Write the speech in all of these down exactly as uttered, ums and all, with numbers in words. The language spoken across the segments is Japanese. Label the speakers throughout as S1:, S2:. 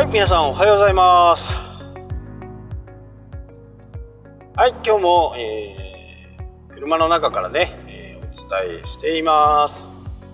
S1: 皆さんおはようございます。はい、今日も、えー、車の中からね、えー、お伝えしています。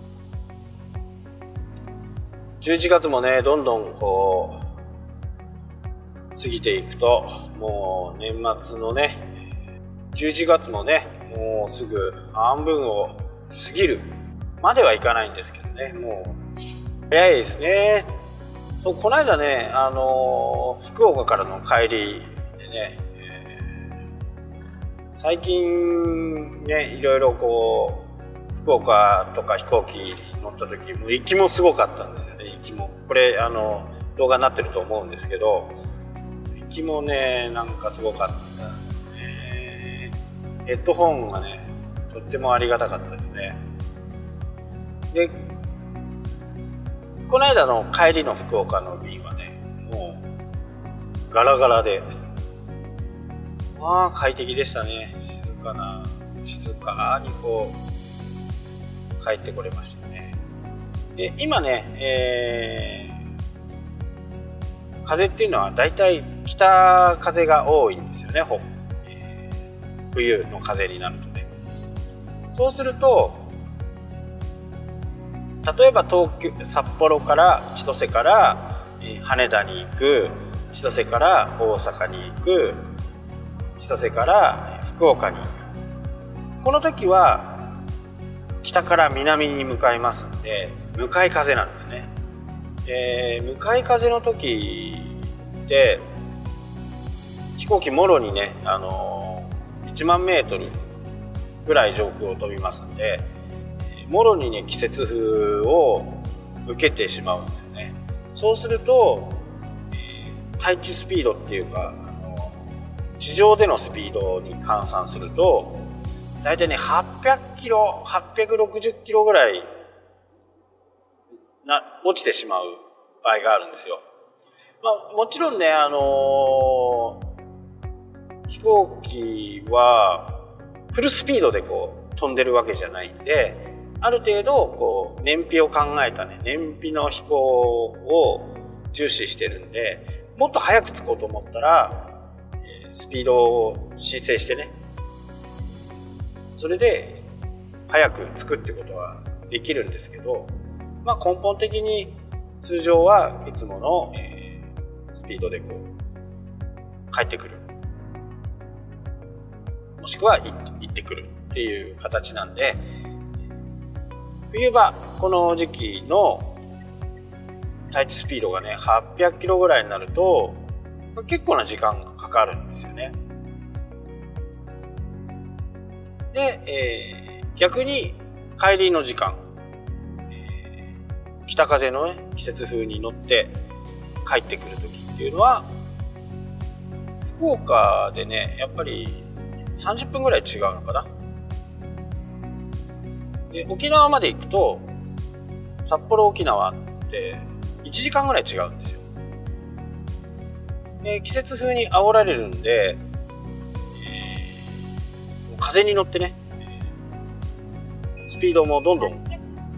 S1: じゅういちがつもね、どんどんこう過ぎていくと、もう年末のね、じゅういちがつもね、もうすぐ半分を過ぎるまではいかないんですけどね、もう早いですね。そう、この間ね、あのー、福岡からの帰りでね、えー、最近ね、いろいろこう福岡とか飛行機乗った時、もう行きもすごかったんですよね。行きもこれあの動画になってると思うんですけど、行きもね、なんかすごかった、えー、ヘッドホンがね、とってもありがたかったですね。で、この間の帰りの福岡の便はね、もうガラガラで、まあ快適でしたね。静かな静かにこう帰ってこれましたね。で、今ね、えー、風っていうのはだいたい北風が多いんですよね。ほ、えー、冬の風になるとね。そうすると、例えば東京、札幌から千歳から、えー、羽田に行く、千歳から大阪に行く、千歳から福岡に行く。この時は北から南に向かいますので、向かい風なんですね。えー、向かい風の時で飛行機もろにね、あのー、いちまんメートルぐらい上空を飛びますので、もろにね、季節風を受けてしまうんですよね。そうすると、えー、待機スピードっていうか、あの地上でのスピードに換算すると、だいたいね、はっぴゃくキロ、はっぴゃくろくじゅっキロぐらいな落ちてしまう場合があるんですよ。まあ、もちろんね、あのー、飛行機はフルスピードでこう飛んでるわけじゃないんで、ある程度こう燃費を考えたね、燃費の飛行を重視してるんで、もっと早く着こうと思ったら、えー、スピードを申請してね、それで早く着くってことはできるんですけど、まあ、根本的に通常はいつもの、えー、スピードでこう帰ってくる、もしくは行ってくるっていう形なんで、冬場この時期の待機スピードがね、はっぴゃくキロぐらいになると結構な時間がかかるんですよね。で、えー、逆に帰りの時間、えー、北風のね、季節風に乗って帰ってくる時っていうのは、福岡でね、やっぱりさんじゅっぷんぐらい違うのかな。で、沖縄まで行くと、札幌沖縄っていちじかんぐらい違うんですよ。で、季節風に煽られるんで、えー、風に乗ってね、スピードもどんどん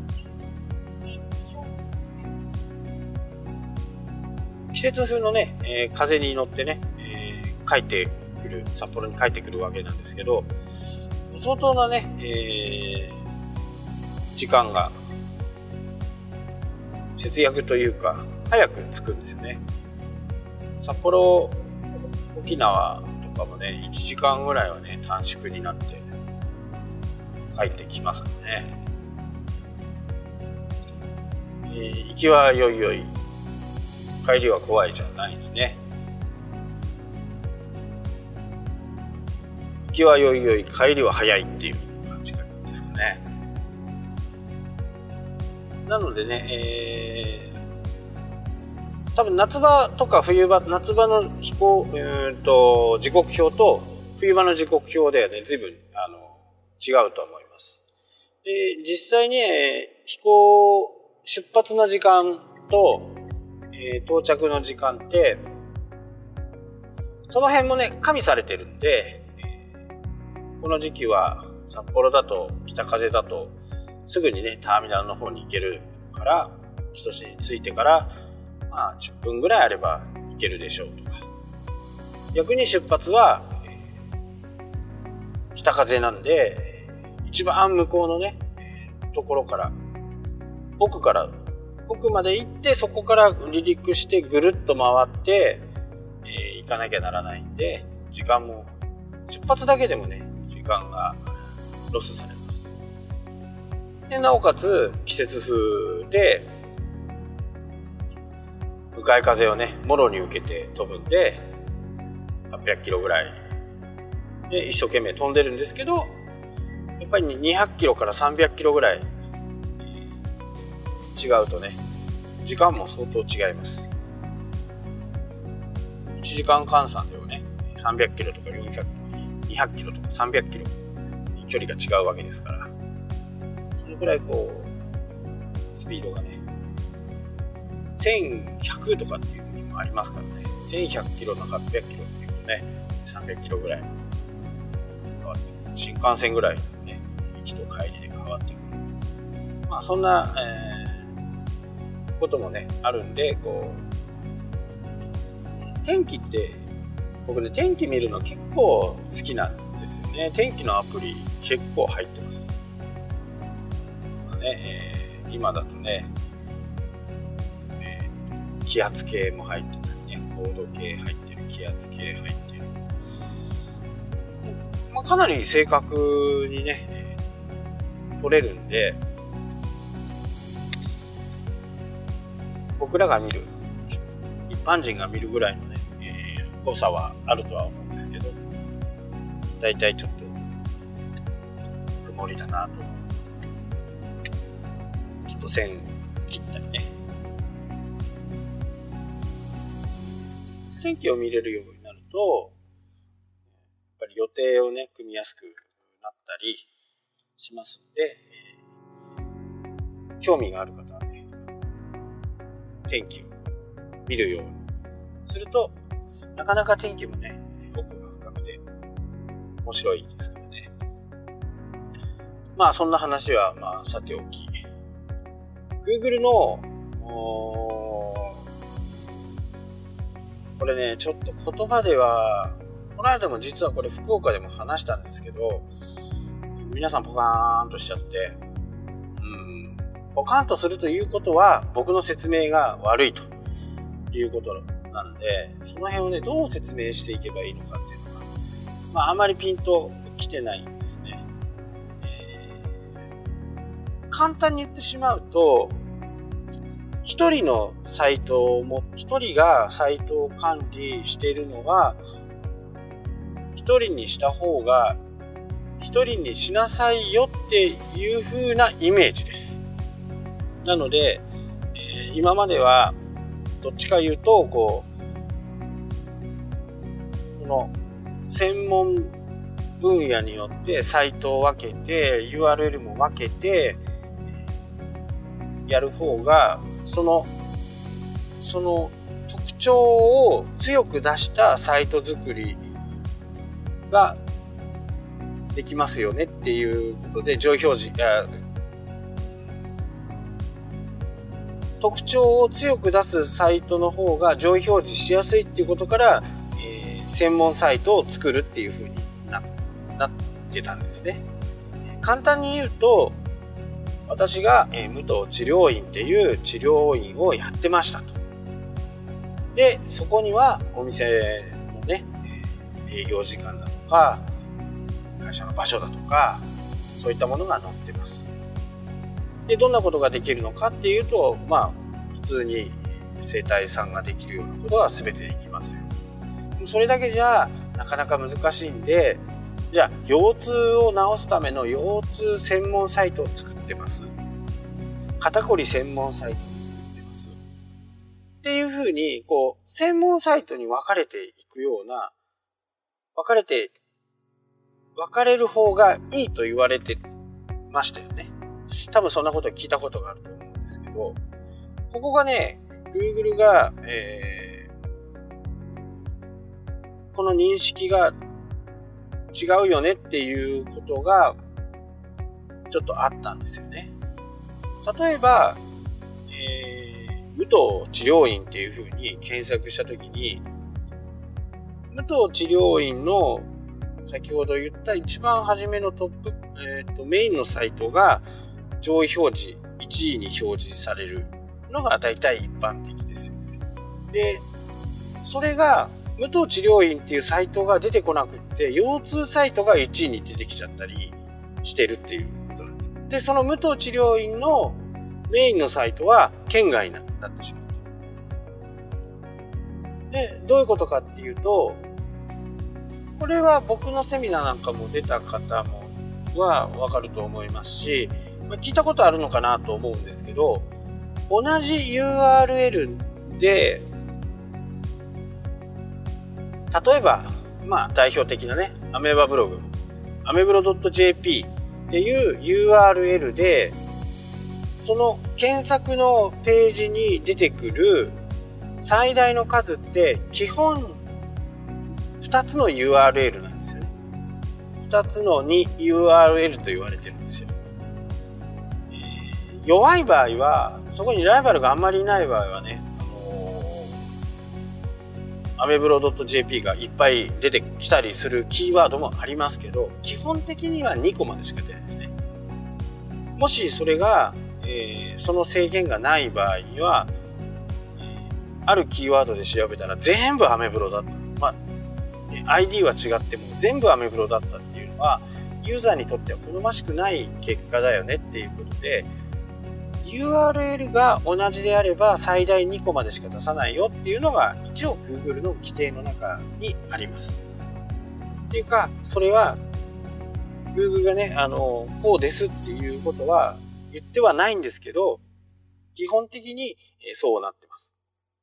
S1: 季節風のね、えー、風に乗ってね、えー、帰ってくる、札幌に帰ってくるわけなんですけど、相当なね、えー時間が節約というか早く着くんですよね。札幌沖縄とかもね、いちじかんぐらいはね、短縮になって帰ってきますんでね、えー、行きはよいよい、帰りは怖いじゃないんですね。行きはよいよい、帰りは早いっていう感じですかね。なのでね、えー、多分夏場とか冬場、夏場の飛行、えー、と時刻表と冬場の時刻表ではね、随分あの違うと思います。で、実際に、えー、飛行出発の時間と、えー、到着の時間って、その辺もね、加味されてるんで、えー、この時期は札幌だと北風だとすぐにね、ターミナルの方に行けるから、千歳に着いてから、 まあじゅっぷんぐらいあれば行けるでしょうとか、逆に出発は、えー、北風なんで一番向こうのね、えー、ところから奥から奥まで行って、そこから離陸してぐるっと回って、えー、行かなきゃならないんで、時間も出発だけでもね時間がロスされます。でなおかつ季節風で向かい風をねもろに受けて飛ぶんではっぴゃくキロぐらいで一生懸命飛んでるんですけど、やっぱりにひゃくキロからさんびゃくキロぐらい違うとね時間も相当違います。いちじかん換算ではねさんびゃくキロとかよんひゃく、にひゃくキロとかさんびゃくキロ距離が違うわけですから、そのくらいこうスピードがねせんひゃくとかっていう時もありますからね。せんひゃくキロのはっぴゃくキロっていうとねさんびゃくキロぐらい変わってくる。新幹線ぐらいのね行きと帰りで変わってくる。まあそんな、えー、こともねあるんで、こう天気って僕ね天気見るの結構好きなんですよね。天気のアプリ結構入ってます。まあねえー、今だとね、えー、気圧計も入ってたりね、高度計入ってる、気圧計入ってる、まあ、かなり正確にね、えー、取れるんで、僕らが見る一般人が見るぐらいのね、えー、誤差はあるとは思うんですけど、だいたいちょっと曇りだなと、ちょっと線切ったりね、天気を見れるようになるとやっぱり予定をね組みやすくなったりしますので、えー、興味がある方はね天気を見るようにすると、なかなか天気もね奥が深くて面白いですからね。まあそんな話はまあさておき、 Google のこれねちょっと言葉では、この間も実はこれ福岡でも話したんですけど、皆さんポカーンとしちゃって、うん、ポカーンとするということは僕の説明が悪いということなんで、その辺をねどう説明していけばいいのかっていうのが、まああまりピンときてないんですね。えー、簡単に言ってしまうと、一人のサイトをも一人がサイトを管理しているのは一人にした方が一人にしなさいよっていう風なイメージです。なので、えー、今まではどっちか言うとこうこの専門分野によってサイトを分けて ユーアールエル も分けてやる方がそのその特徴を強く出したサイト作りができますよねっていうことで、上表示や特徴を強く出すサイトの方が上位表示しやすいっていうことから、えー、専門サイトを作るっていう風に な, なってたんですね。簡単に言うと、私が、えー、武藤治療院っていう治療院をやってましたと。で、そこにはお店のね、営業時間だとか、会社の場所だとか、そういったものが載ってます。で、どんなことができるのかっていうと、まあ、普通に整体さんができるようなことは全てできますよ。それだけじゃなかなか難しいんで、じゃあ腰痛を治すための腰痛専門サイトを作ってます。肩こり専門サイトを作ってます。っていうふうに、こう、専門サイトに分かれていくような、分かれて、分かれる方がいいと言われてましたよね。多分そんなこと聞いたことがあると思うんですけど、ここがね、Google が、えー、この認識が違うよねっていうことがちょっとあったんですよね。例えば、えー、 武藤治療院っていう風に検索したときに、武藤治療院の先ほど言った一番初めのトップ、えーと、メインのサイトが上位表示、いちいに表示されるのが大体一般的ですよね。で、それが武藤治療院っていうサイトが出てこなくって、腰痛サイトがいちいに出てきちゃったりしてるっていうことなんですよ。で、その武藤治療院のメインのサイトは県外になってしまっている。で、どういうことかっていうと、これは僕のセミナーなんかも出た方もはわかると思いますし、聞いたことあるのかなと思うんですけど、同じ ユーアールエル で、例えば、まあ代表的なね、アメーバブログ、アメブロ .jp っていう ユーアールエル で、その検索のページに出てくる最大の数って基本ふたつの ユーアールエル なんですよね。ふたつの にユーアールエル と言われてるんですよ。えー、弱い場合は、そこにライバルがあんまりいない場合はね、あのー、アメブロ .jp がいっぱい出てきたりするキーワードもありますけど、基本的にはにこまでしか出ないですね。もしそれが、えー、その制限がない場合には、えー、あるキーワードで調べたら全部アメブロだった。まあアイディー は違っても全部アメブロだったっていうのはユーザーにとっては好ましくない結果だよねっていうことで、 ユーアールエル が同じであれば最大にこまでしか出さないよっていうのが一応 Google の規定の中にあります。っていうか、それは Google がね、あのこうですっていうことは言ってはないんですけど、基本的にそうなってます。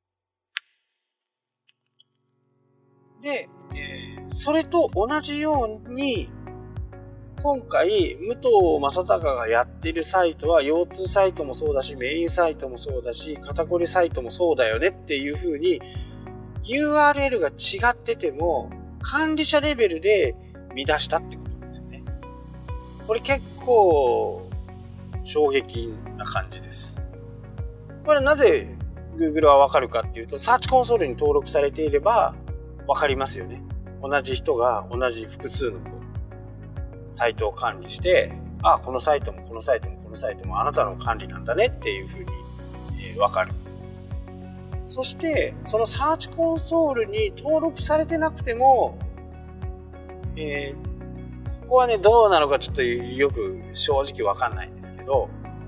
S1: で、えー、それと同じように、今回、武藤正孝がやっているサイトは、腰痛サイトもそうだし、メインサイトもそうだし、肩こりサイトもそうだよねっていう風に、ユーアールエル が違ってても、管理者レベルで見出したってことなんですよね。これ結構、衝撃な感じです。これなぜ Google はわかるかっていうと、サーチコンソールに登録されていれば、わかりますよね。同じ人が同じ複数のサイトを管理して、あ、このサイトもこのサイトもこのサイトもあなたの管理なんだねっていうふうに、えー、わかる。そしてそのサーチコンソールに登録されてなくても、えー、ここはねどうなのかちょっとよく正直わかんないんですけど、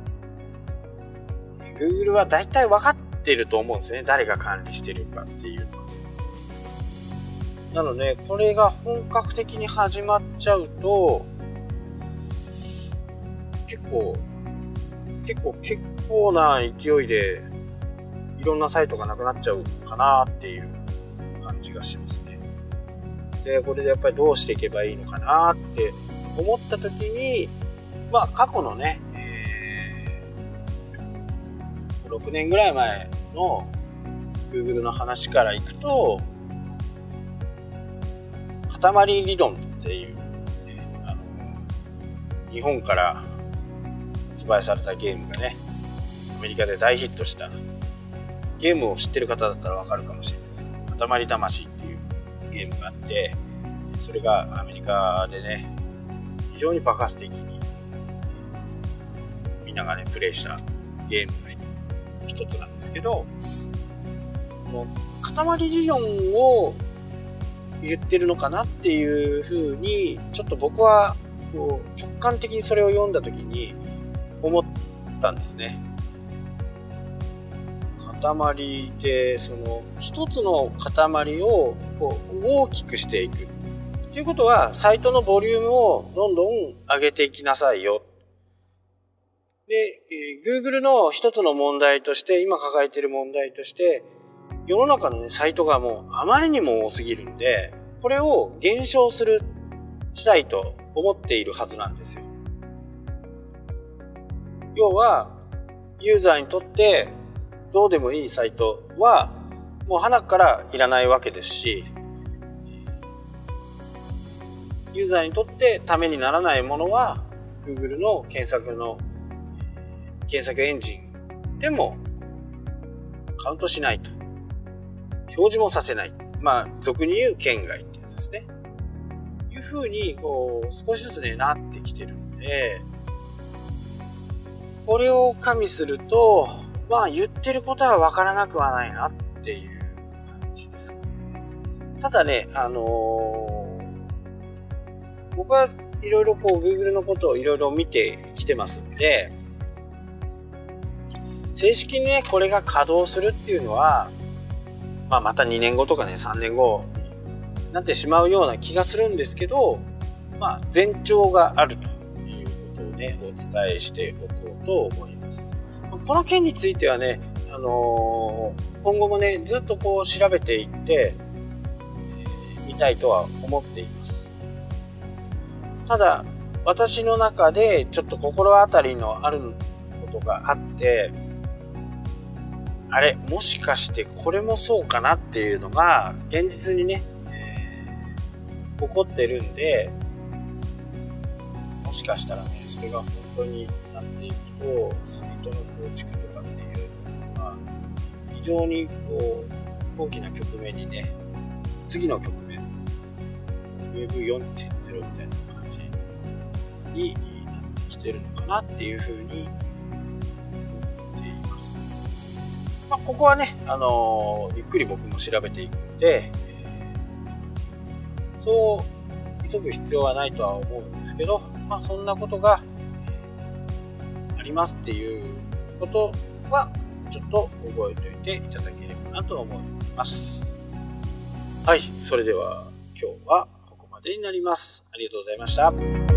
S1: Google は大体わかってると思うんですよね。誰が管理してるかっていうのは。なのでこれが本格的に始まっちゃうと結構結構結構な勢いでいろんなサイトがなくなっちゃうかなっていう感じがしますね。でこれでやっぱりどうしていけばいいのかなって思った時に、まあ過去のね、えー、ろくねんぐらい前の Google の話からいくと、塊理論っていう、えー、あの日本から発売されたゲームがね、アメリカで大ヒットした。ゲームを知ってる方だったらわかるかもしれないですけど、塊魂っていうゲームがあって、それがアメリカでね、非常に爆発的にみんながねプレイしたゲームの一つなんですけど、この塊理論を言ってるのかなっていう風にちょっと僕はこう直感的にそれを読んだ時に思ったんですね。塊でその一つの塊をこう大きくしていくということは、サイトのボリュームをどんどん上げていきなさいよ。で、えー、Google の一つの問題として、今抱えている問題として世の中のねサイトがもうあまりにも多すぎるんで、これを減少するしたいと思っているはずなんですよ。要はユーザーにとってどうでもいいサイトはもう鼻からいらないわけですし、ユーザーにとってためにならないものは Google の検索の検索エンジンでもカウントしないと。表示もさせない。まあ、俗に言う圏外ってやつですね。いう風に、こう、少しずつね、なってきてるので、これを加味すると、まあ、言ってることはわからなくはないなっていう感じですね。ただね、あのー、僕はいろいろこう Google のことをいろいろ見てきてますんで、正式にねこれが稼働するっていうのは、まあ、またにねんごとかねさんねんごになってしまうような気がするんですけど、まあ、前兆があるということをねお伝えしておこうと思います。この件についてはね、あのー、今後もねずっとこう調べていってみたいとは思っています。ただ私の中でちょっと心当たりのあることがあって、あれもしかしてこれもそうかなっていうのが現実にね、えー、起こってるんで、もしかしたらねそれが本当になっていくとサイトの構築とかっていうのは非常にこう大きな局面にね、次の局面 ウェブよんてんゼロ みたいな感じになってきてるのかなっていうふうに思っています。まあ、ここはね、あのー、ゆっくり僕も調べていくので、えー、そう急ぐ必要はないとは思うんですけど、まあ、そんなことがありますっていうことはちょっと覚えておいていただければなと思います。はい、それでは今日はここまでになります。ありがとうございました。